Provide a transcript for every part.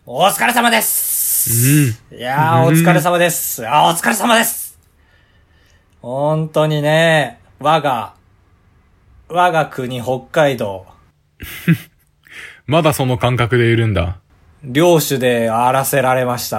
お疲れ様です。いやー、お疲れ様です。お疲れ様です。本当にね、我が国北海道。 まだその感覚でいるんだ。 領主で荒らせられました。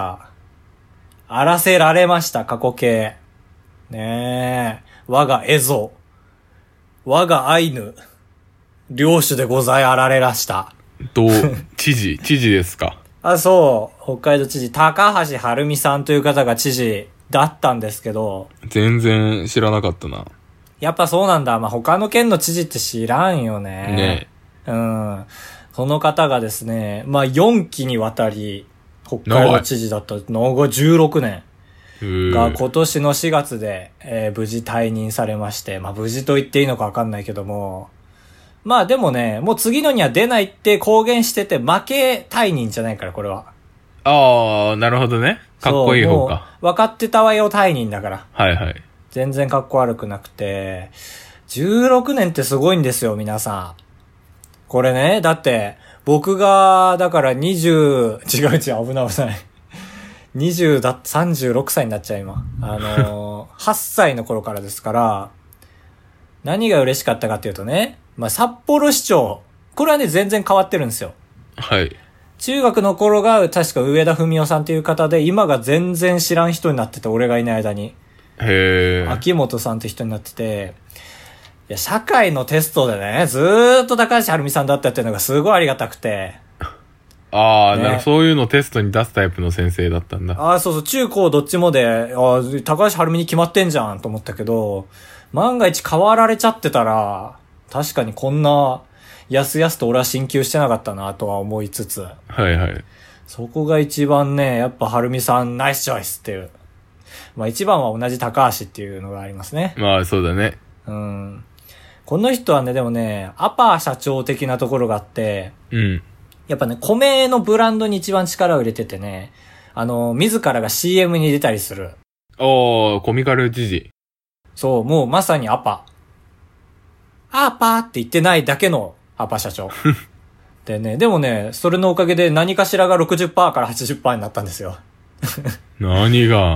過去形。ねえ、我が蝦夷。我がアイヌ。領主でございあられらした。 知事ですか。 そう。北海道知事、高橋晴美さんという方が知事だったんですけど。 全然知らなかったな。 やっぱそうなんだ。他の県の知事って知らんよね。 ね。 その方がですね、4期にわたり、北海道知事だったのが16年が今年の4月で、無事退任されまして、無事と言っていいのかわかんないけども、でもね、もう次のには出ないって公言してて、負け退任じゃないから、これは。 ああ、なるほどね。かっこいい方か。 分かってたわよ退任だから。 はいはい。 全然かっこ悪くなくて、16年ってすごいんですよ、皆さん。これね、だって、僕が、だから違う、危ない。36歳になっちゃう、今。8歳の頃からですから、何が嬉しかったかっていうとね、札幌市長、これはね、全然変わってるんですよ。 はい。 中学の頃が確か上田文夫さんという方で、今が全然知らん人になってて、俺がいない間に。秋元さんって人になってて、いや、社会のテストでね、ずーっと高橋晴美さんだったっていうのがすごいありがたくて。 そういうのテストに出すタイプの先生だったんだ。 そうそう、中高どっちもで、高橋晴美に決まってんじゃんと思ったけど、万が一変わられちゃってたら、確かにこんな、やすやすと俺は進級してなかったなとは思いつつ。 はいはい。 そこが一番ね、やっぱ晴美さんナイスチョイスっていう。一番は同じ高橋っていうのがありますね。 そうだね。 この人はね、でもね、アパー社長的なところがあって、やっぱね、米のブランドに一番力を入れててね、自らが CM に出たりする。 コミカル知事。 そう、もうまさにアパーって言ってないだけのアパ社長。でね、でもね、それのおかげで何かしらが 60% から 80% になったんですよ。 何が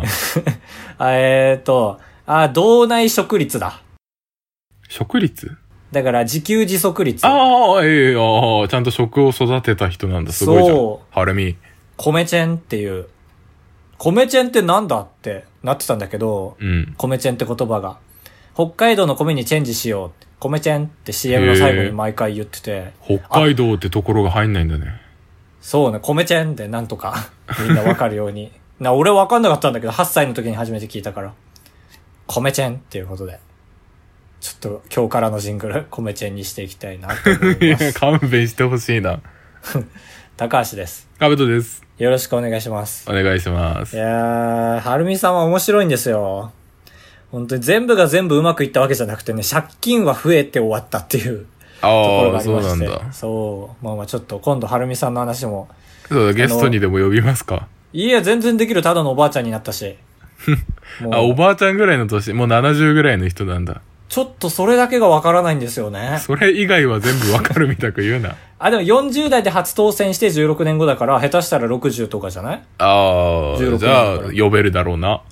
道内食率だ。 食率？ だから自給自足率。 ちゃんと食を育てた人なんだ。すごいじゃん。そう。はるみ。 米チェンっていう。米チェンってなんだってなってたんだけど、米チェンって言葉が。北海道の米にチェンジしよう。米チェンって CM の最後に毎回言ってて。 北海道ってところが入んないんだね。 そうね、米チェンってなんとかみんなわかるように。俺わかんなかったんだけど、8歳の時に初めて聞いたから。米チェンっていうことで。ちょっと今日からのジングル、米チェンにしていきたいなと思います。 勘弁してほしいな。 高橋です。 かぶとです。 よろしくお願いします。 お願いします。 いやー、はるみさんは面白いんですよ。本当に全部が全部うまくいったわけじゃなくてね、借金は増えて終わったっていうところがありまして。 そうなんだ。 そう。ちょっと今度はるみさんの話も。 そうだ、ゲストにでも呼びますか？ いや、全然できる。ただのおばあちゃんになったし。 おばあちゃんぐらいの年、もう70ぐらいの人なんだ。 ちょっとそれだけがわからないんですよね。 それ以外は全部わかるみたく言うな。 でも40代で初当選して16年後だから、下手したら60とかじゃない？ じゃあ、呼べるだろうな。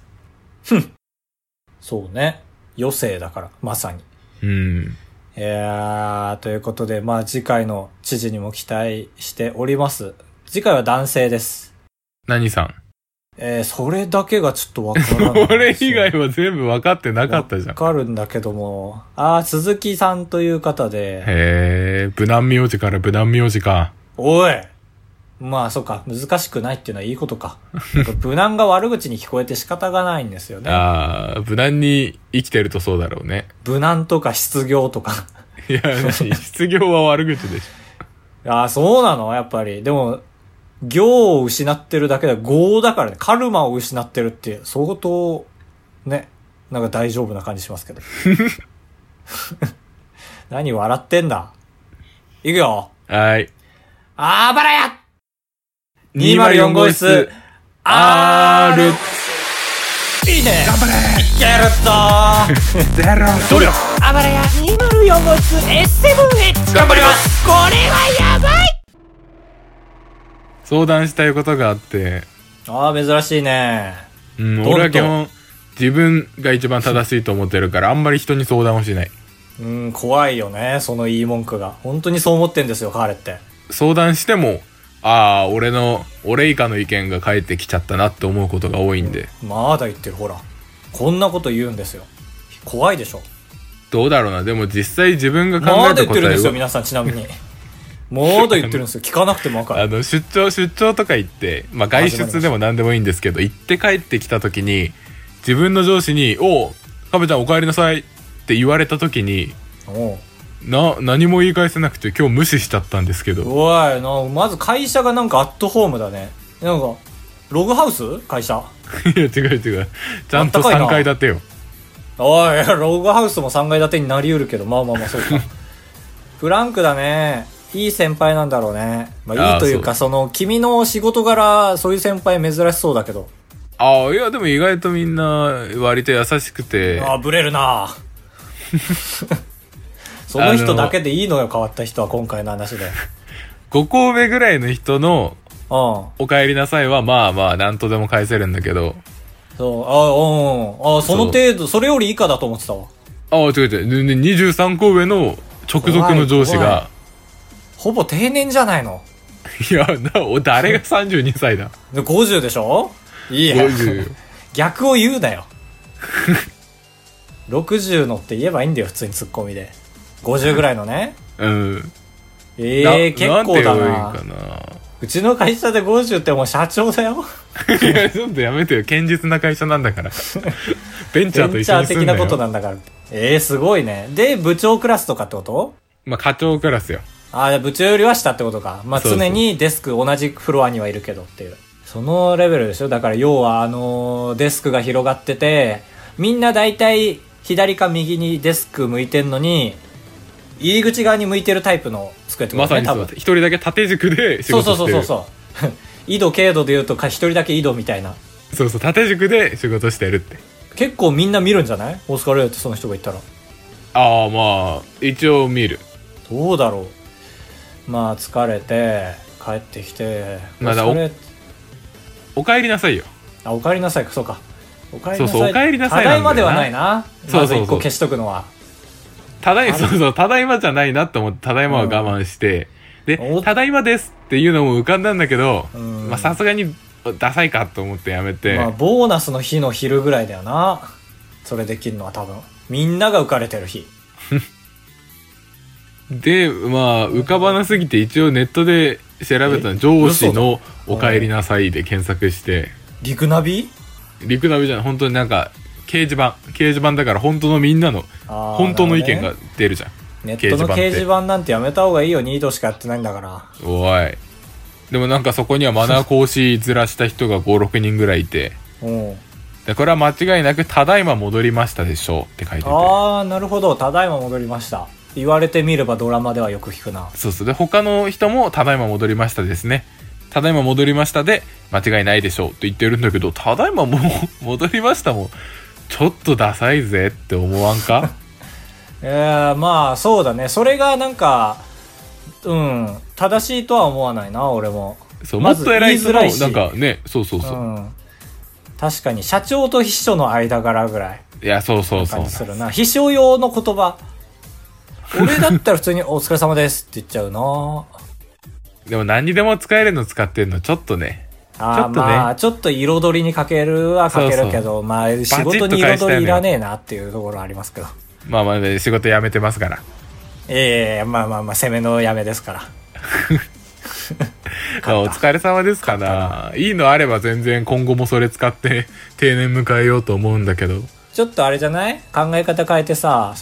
そうね。余生だから、まさに。ということで、次回の知事にも期待しております。次回は男性です。 何さん？ それだけがちょっとわからない。 それ以外は全部分かってなかったじゃん。 わかるんだけども。鈴木さんという方で。 無難名字から無難名字か。 おい！そうか。難しくないっていうのはいいことか。無難が悪口に聞こえて仕方がないんですよね。 無難に生きてるとそうだろうね。 無難とか失業とか。 いや、失業は悪口でしょ。そうなの？やっぱり。でも、業を失ってるだけで業だからね。カルマを失ってるって相当、ね。なんか大丈夫な感じしますけど。何笑ってんだ。いくよ。 はい。 バラや204号室 R。 いいね。 頑張れ。 いけるぞゼロ努力。 あばらや204号室 S7H。 頑張ります。これはやばい。 相談したいことがあって。 ああ、珍しいね。 うん、俺は基本自分が一番正しいと思ってるからあんまり人に相談をしない。 うん、怖いよね、その言い文句が。本当にそう思ってんですよ、彼って。 相談しても、ああ、俺以下の意見が返ってきちゃったなって思うことが多いんで。 まだ言ってる、ほら。こんなこと言うんですよ。怖いでしょ。 どうだろうな、でも実際自分が考えた答えは。 まだ言ってるんですよ、皆さん、ちなみに。まだ言ってるんですよ。聞かなくてもわかる。 出張とか行って、まあ外出でも何でもいいんですけど、行って帰ってきた時に、自分の上司に、おう、カベちゃんお帰りなさいって言われた時に、何も言い返せなくて今日無視しちゃったんですけど。 おい、まず会社がなんかアットホームだね。なんか、ログハウス会社いや、違う。ちゃんと3階建てよ。 おい、ログハウスも3階建てになりうるけど、まあ、そうか。フランクだね。いい先輩なんだろうね。まあいいというか、君の仕事柄、そういう先輩珍しそうだけど。 ああ、いや、でも意外とみんな割と優しくて。 ああ、ブレるな。その人だけでいいのよ、変わった人は今回の話で。 5校目ぐらいの人の、お帰りなさいは、まあまあ、なんとでも返せるんだけど。 そう、その程度、それより以下だと思ってたわ。 ああ、違う。23校上の直属の上司が。 ほぼ定年じゃないの。 いや、誰が32歳だ。 50でしょ。いいや。50。逆を言うなよ。60のって言えばいいんだよ、普通にツッコミで。50ぐらいのね。 うん。 結構だな。 なんて言えばいいかな。 うちの会社で50ってもう社長だよ。 いや、ちょっとやめてよ。堅実な会社なんだから。ベンチャーと一緒にすんなよ。ベンチャー的なことなんだから。すごいね。で、部長クラスとかってこと？ まあ、課長クラスよ。 あ、部長よりは下ってことか。まあ、常にデスク同じフロアにはいるけどっていう。そのレベルでしょ。だから要はデスクが広がってて、みんな大体左か右にデスク向いてんのに、入り口側に向いてるタイプの机ってことね、 まさにそう。一人だけ縦軸で仕事してる。 そう。緯度経度で言うと一人だけ緯度みたいな。 そう、縦軸で仕事してるって。 結構みんな見るんじゃない？オスカルってその人が言ったら。 ああ、まあ、一応見る。 どうだろう。まあ疲れて帰ってきて、 まだお帰りなさいよ。 あ、お帰りなさいか。そうか、お帰りなさい。 そうお帰りなさいただいまではないな。 そうまず一個消しとくのはただいまじゃないなって思ってただいまは我慢して、でただいまですっていうのも浮かんだんだけど、まあさすがにダサいかと思ってやめて、 まあボーナスの日の昼ぐらいだよな、それできるのは。多分みんなが浮かれてる日で、まあ、浮かばなすぎて一応ネットで調べたの。上司のお帰りなさいで検索して。 リクナビじゃない。本当になんか、掲示板だから本当のみんなの、本当の意見が出るじゃん。 ネットの掲示板なんてやめた方がいいよ。ニートしかやってないんだから。 おい。でもなんかそこにはマナー講師ずらした人が5、6人ぐらいいて。でこれは間違いなく、ただいま戻りましたでしょうって書いてて。 ああ、なるほど。ただいま戻りました。言われてみればドラマではよく聞くな。 そう。で、他の人も、ただいま戻りましたですね。ただいま戻りましたで、間違いないでしょうって言ってるんだけど、ただいまもう戻りましたもん。ちょっとダサいぜって思わんか？ まあ、そうだね。それがなんか、正しいとは思わないな、俺も。 そう、もっと偉い人の、なんかね、そう。 確かに、社長と秘書の間柄ぐらい。 いや、そう。 感じするな。秘書用の言葉。俺だったら普通にお疲れ様ですって言っちゃうな。 でも何にでも使えるの使ってんのちょっとね。 まあちょっと彩りにかけるはかけるけど、まあ仕事に彩りいらねえなっていうところありますけど。 まあ仕事辞めてますから。 まあ攻めの辞めですから。 お疲れ様ですかな。いいのあれば全然今後もそれ使って定年迎えようと思うんだけど。ちょっとあれじゃない？考え方変えてさ、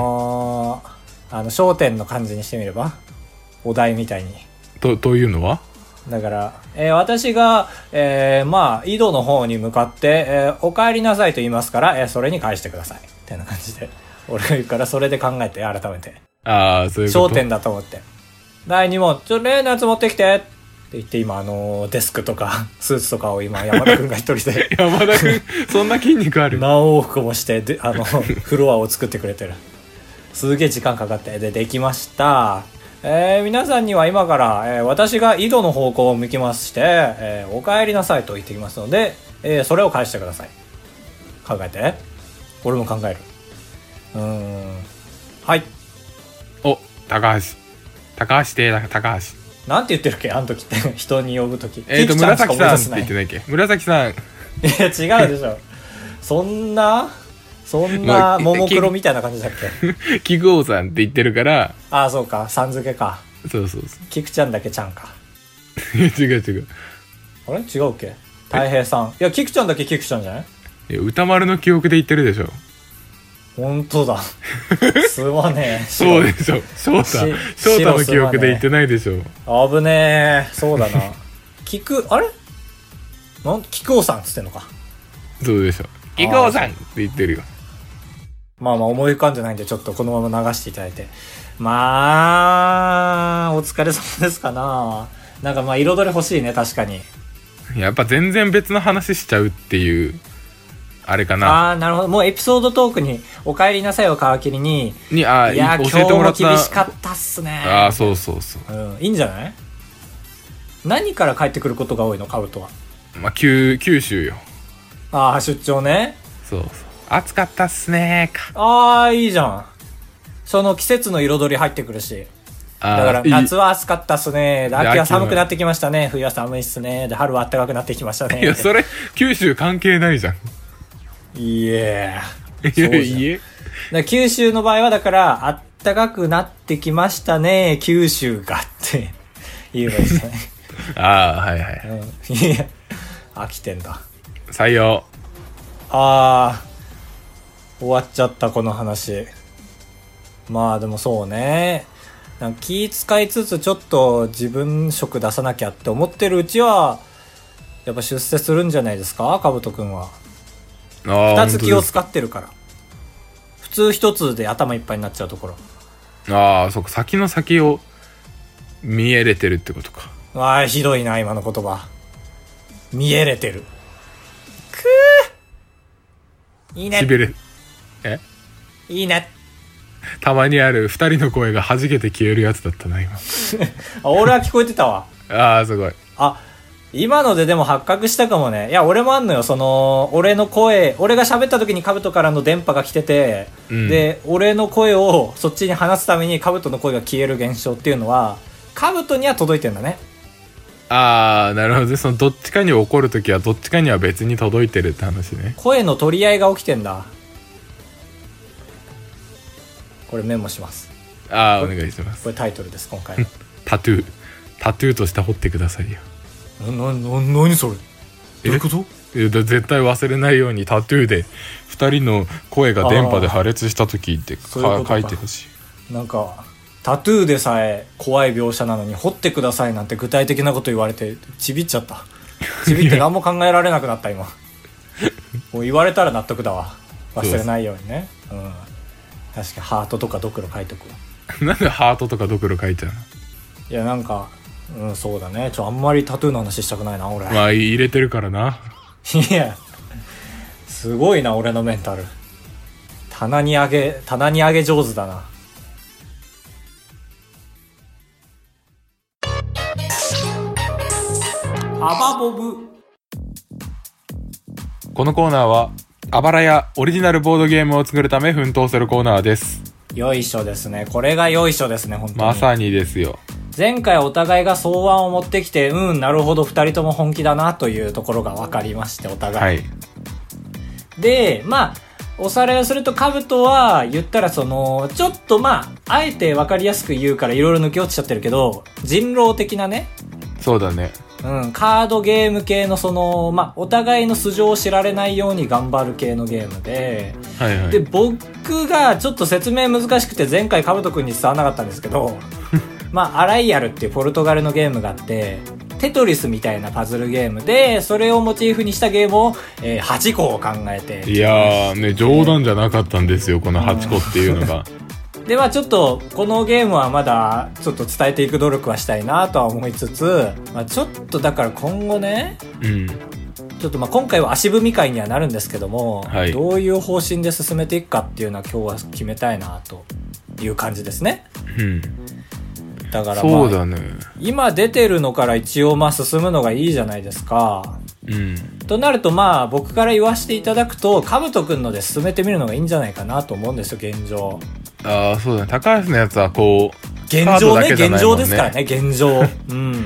焦点の感じにしてみれば、お題みたいに。 というのは？ だから、私が、まあ、井戸の方に向かって、お帰りなさいと言いますから、それに返してください。みたいな感じで。俺が言うから、それで考えて、改めて。 ああ、そういうこと。 焦点だと思って。第2問、例のやつ持ってきてって言って、今、デスクとか、スーツとかを今、山田くんが一人で。 山田くん、そんな筋肉ある？ 何往復もして、フロアを作ってくれてる。すげえ時間かかって、できました。 皆さんには今から、私が井戸の方向を向きまして、お帰りなさいと言ってきますので、それを返してください。考えて。俺も考える。はい。 お、高橋で高橋。 なんて言ってるっけあの時って人に呼ぶ時。 紫さんって言ってないっけ。紫さん。いや違うでしょ。そんなももクロみたいな感じだっけ。 菊王さんって言ってるから。 ああそうか、さん付けか。 そう。 菊ちゃんだけちゃんか。 違う。 あれ違うっけ。太平さん。いや菊ちゃんだけ菊ちゃんじゃない。 いや歌丸の記憶で言ってるでしょ。 本当だ。すまねえ。 そうでしょ。翔太の記憶で言ってないでしょ。 危ねえ。そうだな。あれ菊王さんっつってんのか。 そうでしょ。菊王さんって言ってるよ。 まあ思い浮かんでないんでちょっとこのまま流していただいて。まあお疲れ様ですかな。なんか彩り欲しいね。確かにやっぱ全然別の話しちゃうっていうあれかな。 なるほど。もうエピソードトークにお帰りなさいを皮切りにいや教えてもらった。 今日も厳しかったっすね。 そう、 いいんじゃない。何から帰ってくることが多いのカブトは。 九州よ。 出張ね。 そう暑かったっすねか。 いいじゃん。その季節の彩り入ってくるし。だから夏は暑かったっすね。で秋は寒くなってきましたね。冬は寒いっすね。で春は暖かくなってきましたね。 いやそれ九州関係ないじゃん。 いえ。 九州の場合はだから暖かくなってきましたね。九州がって言えばいいですね。 はい、 いや飽きてんだ。 採用。 終わっちゃったこの話。でもそうね。なんか気使いつつちょっと自分色出さなきゃって思ってるうちはやっぱ出世するんじゃないですかかぶとくんは。二つ気を使ってるから。普通一つで頭いっぱいになっちゃうところ。 そうか。先の先を見えれてるってことか。 ひどいな今の言葉。見えれてる。いいね。 しびれ。 いいね。 たまにある二人の声が弾けて消えるやつだったな今。 俺は聞こえてたわ。 すごい。 今のででも発覚したかもね。いや俺もあんのよ。その俺が喋った時にカブトからの電波が来てて、で俺の声をそっちに話すためにカブトの声が消える現象っていうのはカブトには届いてんだね。 なるほど。そのどっちかに起こるときはどっちかには別に届いてるって話ね。 声の取り合いが起きてんだ。これメモします。 お願いします。 これタイトルです今回の。 タトゥーとして彫ってくださいよ。 何それ。どういうこと？ 絶対忘れないようにタトゥーで2人の声が電波で破裂した時って書いてほしい。 なんかタトゥーでさえ怖い描写なのに彫ってくださいなんて具体的なこと言われてちびっちゃった。ちびって何も考えられなくなった今。もう言われたら納得だわ。忘れないようにね。確かハートとかドクロ書いとくわ。 なんでハートとかドクロ書いちゃうの？ いやなんかそうだね。あんまりタトゥーの話したくないな俺。 入れてるからな。 いやすごいな俺のメンタル。棚に上げ上手だな。アバボブ。 このコーナーはあばらやオリジナルボードゲームを作るため奮闘するコーナーです。 よいしょですね。これがよいしょですね。本当にまさにですよ。 前回お互いが草案を持ってきてなるほど2人とも本気だなというところが分かりまして、お互い、でおさらいをするとカブトは言ったらちょっとあえて分かりやすく言うからいろいろ抜け落ちちゃってるけど人狼的なね。 そうだね。 カードゲーム系のお互いの素性を知られないように頑張る系のゲームで、で僕がちょっと説明難しくて前回カブト君に伝わらなかったんですけどアライアルっていうポルトガルのゲームがあってテトリスみたいなパズルゲームでそれをモチーフにしたゲームを、8個を考えて、 いやーね、冗談じゃなかったんですよこの8個っていうのが。 でちょっとこのゲームはまだちょっと伝えていく努力はしたいなとは思いつつ、ちょっとだから今後ね、ちょっと今回は足踏み会にはなるんですけども、どういう方針で進めていくかっていうのは今日は決めたいなという感じですね。 だからそうだね。 今出てるのから一応進むのがいいじゃないですか。 うん。 となると僕から言わせていただくと、かぶとくんので進めてみるのがいいんじゃないかなと思うんですよ、現状。 ああ、そうだね。高橋のやつはこう、 現状ね、現状ですからね、現状。うん。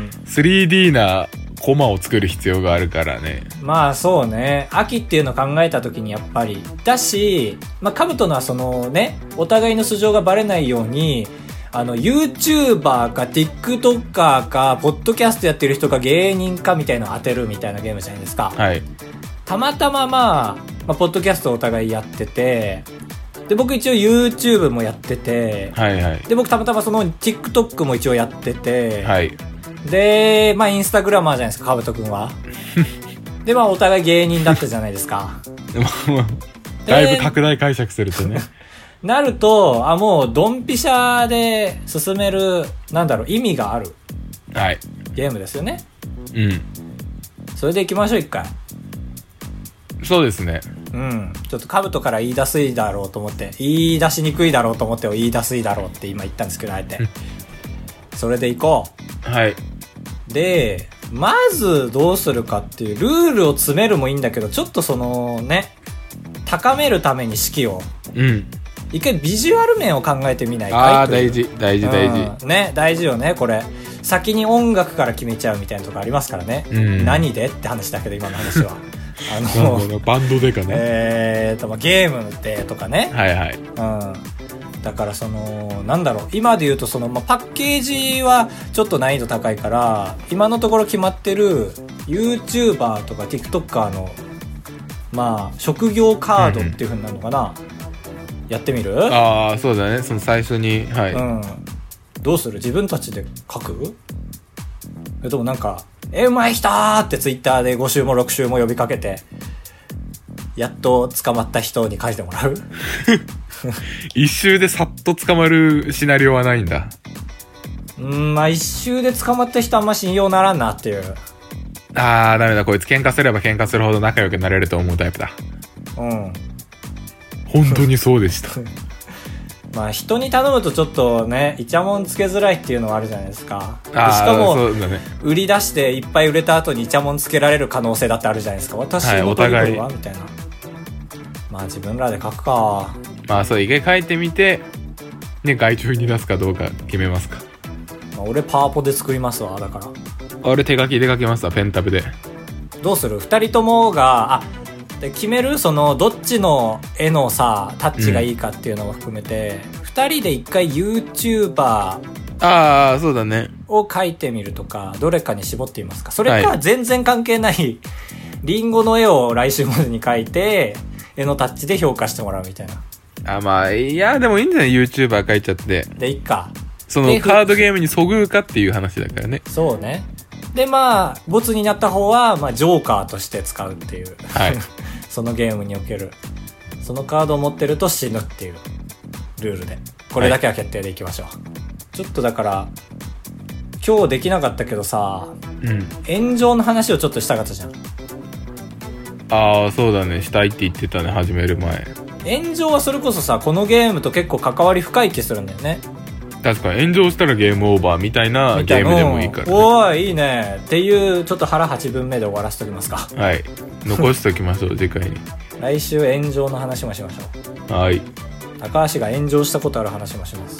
3D なコマを作る必要があるからね。 そうね。秋っていうのを考えた時にやっぱり。だし、かぶとのはそのね、お互いの素性がバレないように、YouTuber か TikToker か、ポッドキャストやってる人か芸人かみたいなのを当てるみたいなゲームじゃないですか。 はい。 たまたまポッドキャストをお互いやってて、で、僕一応 YouTube もやってて、 はいはい。 で、僕たまたまその TikTok も一応やってて、 はい。 で、インスタグラマーじゃないですか、かぶとくんは。で、お互い芸人だったじゃないですか。 だいぶ拡大解釈するとね。 なると、もう、ドンピシャで進める、意味がある。 はい。 ゲームですよね。 うん。 それで行きましょう、一回。 そうですね。 うん。ちょっとカブトから言い出すいだろうと思って、言い出しにくいだろうと思って言い出すいだろうって今言ったんですけど、あえて。それで行こう。はい。 で、まずどうするかっていう、ルールを詰めるもいいんだけど、ちょっと高めるために式を。 うん。 一回ビジュアル面を考えてみないかい。 大事。 ね、大事よね、これ。先に音楽から決めちゃうみたいなとこありますからね。 うん、 何でって話だけど、今の話は。 バンドでかね。 ゲームでとかね。 はいはい。 うん。だから今で言うとパッケージはちょっと難易度高いから、今のところ決まってる YouTuber とか TikToker の、職業カードっていう風になるのかな。やってみる？ ああ、そうだね。その最初に、はい。 うん。どうする？自分たちで書く？でもうまい人ーってツイッターで5週も6週も呼びかけて、やっと捕まった人に書いてもらう？ 一周でさっと捕まるシナリオはないんだ。 一周で捕まった人あんま信用ならんなっていう。 ああ、ダメだ。こいつ喧嘩すれば喧嘩するほど仲良くなれると思うタイプだ。 うん。 本当にそうでした。 人に頼むとちょっとね、イチャモンつけづらいっていうのはあるじゃないですか。しかも、 ね、 売り出していっぱい売れた後にイチャモンつけられる可能性だってあるじゃないですか。私のトリプルはみたいな。自分らで書くか。 そう、一回書いてみて、ね、外注に出すかどうか決めますか。 俺パワポで作りますわ、だから。 俺手書きで書きますわ、ペンタブで。 どうする？二人ともが、で決める？どっちの絵のタッチがいいかっていうのを含めて、二人で一回 YouTuber ああ、そうだね。 を描いてみるとか、どれかに絞ってみますか？それか全然関係ないリンゴの絵を来週までに描いて、絵のタッチで評価してもらうみたいな。 いや、でもいいんじゃない？ YouTuber 描いちゃって。 で、いっか。 カードゲームにそぐうかっていう話だからね。 そうね。で、ボツになった方は、ジョーカーとして使うっていう。 はい。 そのゲームにおける。そのカードを持ってると死ぬっていうルールで。これだけは決定でいきましょう。はい、ちょっとだから、今日できなかったけど炎上の話をちょっとしたかったじゃん。 ああ、そうだね。したいって言ってたね、始める前。 炎上はそれこそこのゲームと結構関わり深い気するんだよね。 確かに炎上したらゲームオーバーみたいなゲームでもいいからね。 おーいいねっていう、ちょっと腹8分目で終わらせておきますか。 はい、残しておきましょう。次回に来週炎上の話もしましょう。はい、 高橋が炎上したことある話もします。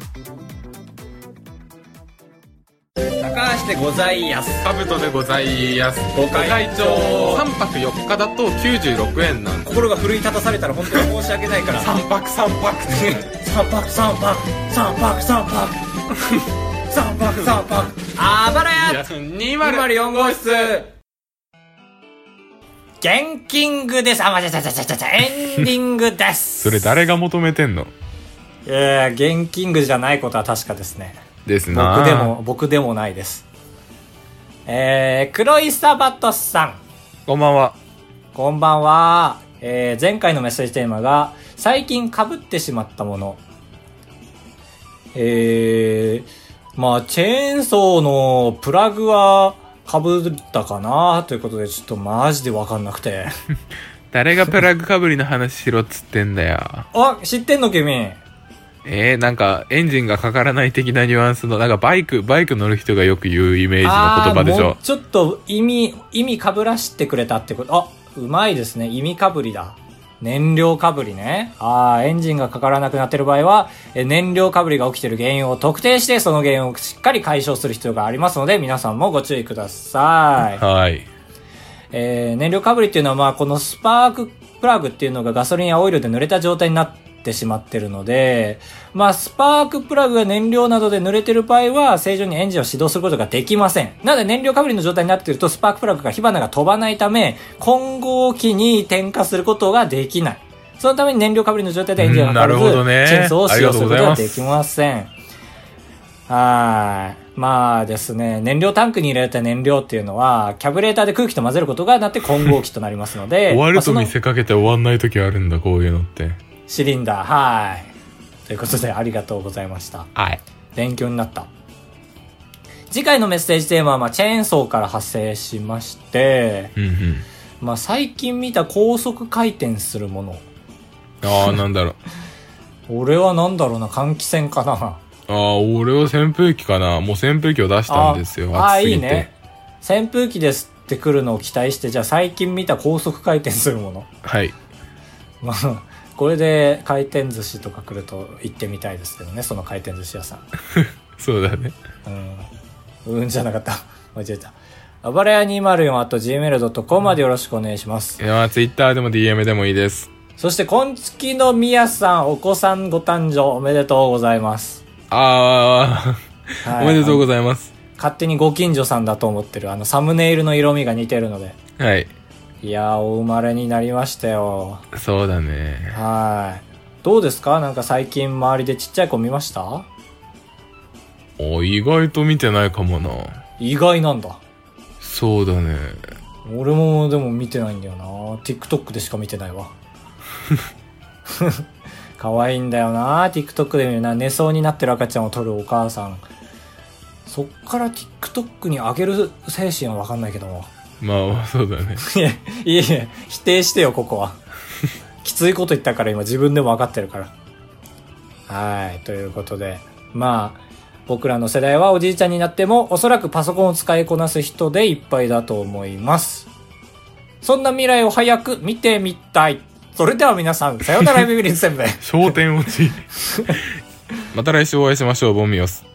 高橋でございやす。 カブトでございやす。ご会長3泊4日だと96円なんで。 心が奮い立たされたら本当に申し訳ないから 3泊3泊 3泊3泊3泊3泊3泊3泊あばらや204号室ゲンキングです。エンディングですそれ誰が求めてんの？ ゲンキングじゃないことは確かですね。 ですな。 僕でもないです。黒いサバトさん、 こんばんは。 こんばんは。前回のメッセージテーマが最近被ってしまったもの。チェーンソーのプラグは被ったかなということで、ちょっとマジで分かんなくて誰がプラグ被りの話しろっつってんだよ。 あ、知ってんの君？ なんかエンジンがかからない的なニュアンスの、なんかバイク乗る人がよく言うイメージの言葉でしょ。 もうちょっと意味かぶらしてくれたってこと。あ、うまいですね。意味かぶりだ。燃料かぶりね。エンジンがかからなくなってる場合は、燃料かぶりが起きてる原因を特定して、その原因をしっかり解消する必要がありますので、皆さんもご注意ください。 はい。 燃料かぶりっていうのは、まあ、このスパークプラグっていうのがガソリンやオイルで濡れた状態になってしまってるので、まあ、スパークプラグが燃料などで濡れてる場合は、正常にエンジンを始動することができません。なので、燃料かぶりの状態になっていると、スパークプラグが火花が飛ばないため、混合機に点火することができない。そのために燃料かぶりの状態でエンジンがかからず、チェーンソーを使用することができません。まあですね、燃料タンクに入れられた燃料っていうのは、キャブレーターで空気と混ぜることがなって混合機となりますので。 終わると見せかけて終わんない時あるんだ、こういうのって。 シリンダー、ということで、ありがとうございました。 はい。 勉強になった。次回のメッセージテーマは、まあ、チェーンソーから派生しまして、まあ、最近見た高速回転するもの。 なんだろう。俺はなんだろうな、換気扇かな。 俺は扇風機かな。もう扇風機を出したんですよ。暑すぎて。いいね。 扇風機ですって来るのを期待して、じゃあ最近見た高速回転するもの。 はい。 まあ、これで回転寿司とか来ると行ってみたいですけどね、その回転寿司屋さん。 そうだね。 じゃなかった。間違えた。あばらや 204@gmail.com までよろしくお願いします。 いや、Twitter でも DM でもいいです。 そして、こんちきのみやさん、お子さんご誕生おめでとうございます。 おめでとうございます。 勝手にご近所さんだと思ってる。サムネイルの色味が似てるので。 はい。 いやー、お生まれになりましたよ。 そうだね。 どうですか？なんか最近周りでちっちゃい子見ました？ 意外と見てないかもな。 意外なんだ。 そうだね。 俺もでも見てないんだよな。TikTok でしか見てないわ。可愛いんだよな。TikTok で見るな。寝そうになってる赤ちゃんを撮るお母さん。そっから TikTok に上げる精神は分かんないけども。 まあ、そうだね。 いや、否定してよ、ここは。きついこと言ったから今自分でも分かってるから。ということで。まあ、僕らの世代はおじいちゃんになってもおそらくパソコンを使いこなす人でいっぱいだと思います。そんな未来を早く見てみたい。それでは皆さん、さよならビビリンせんべい。 焦点落ち。また来週お会いしましょう、ボンミオス。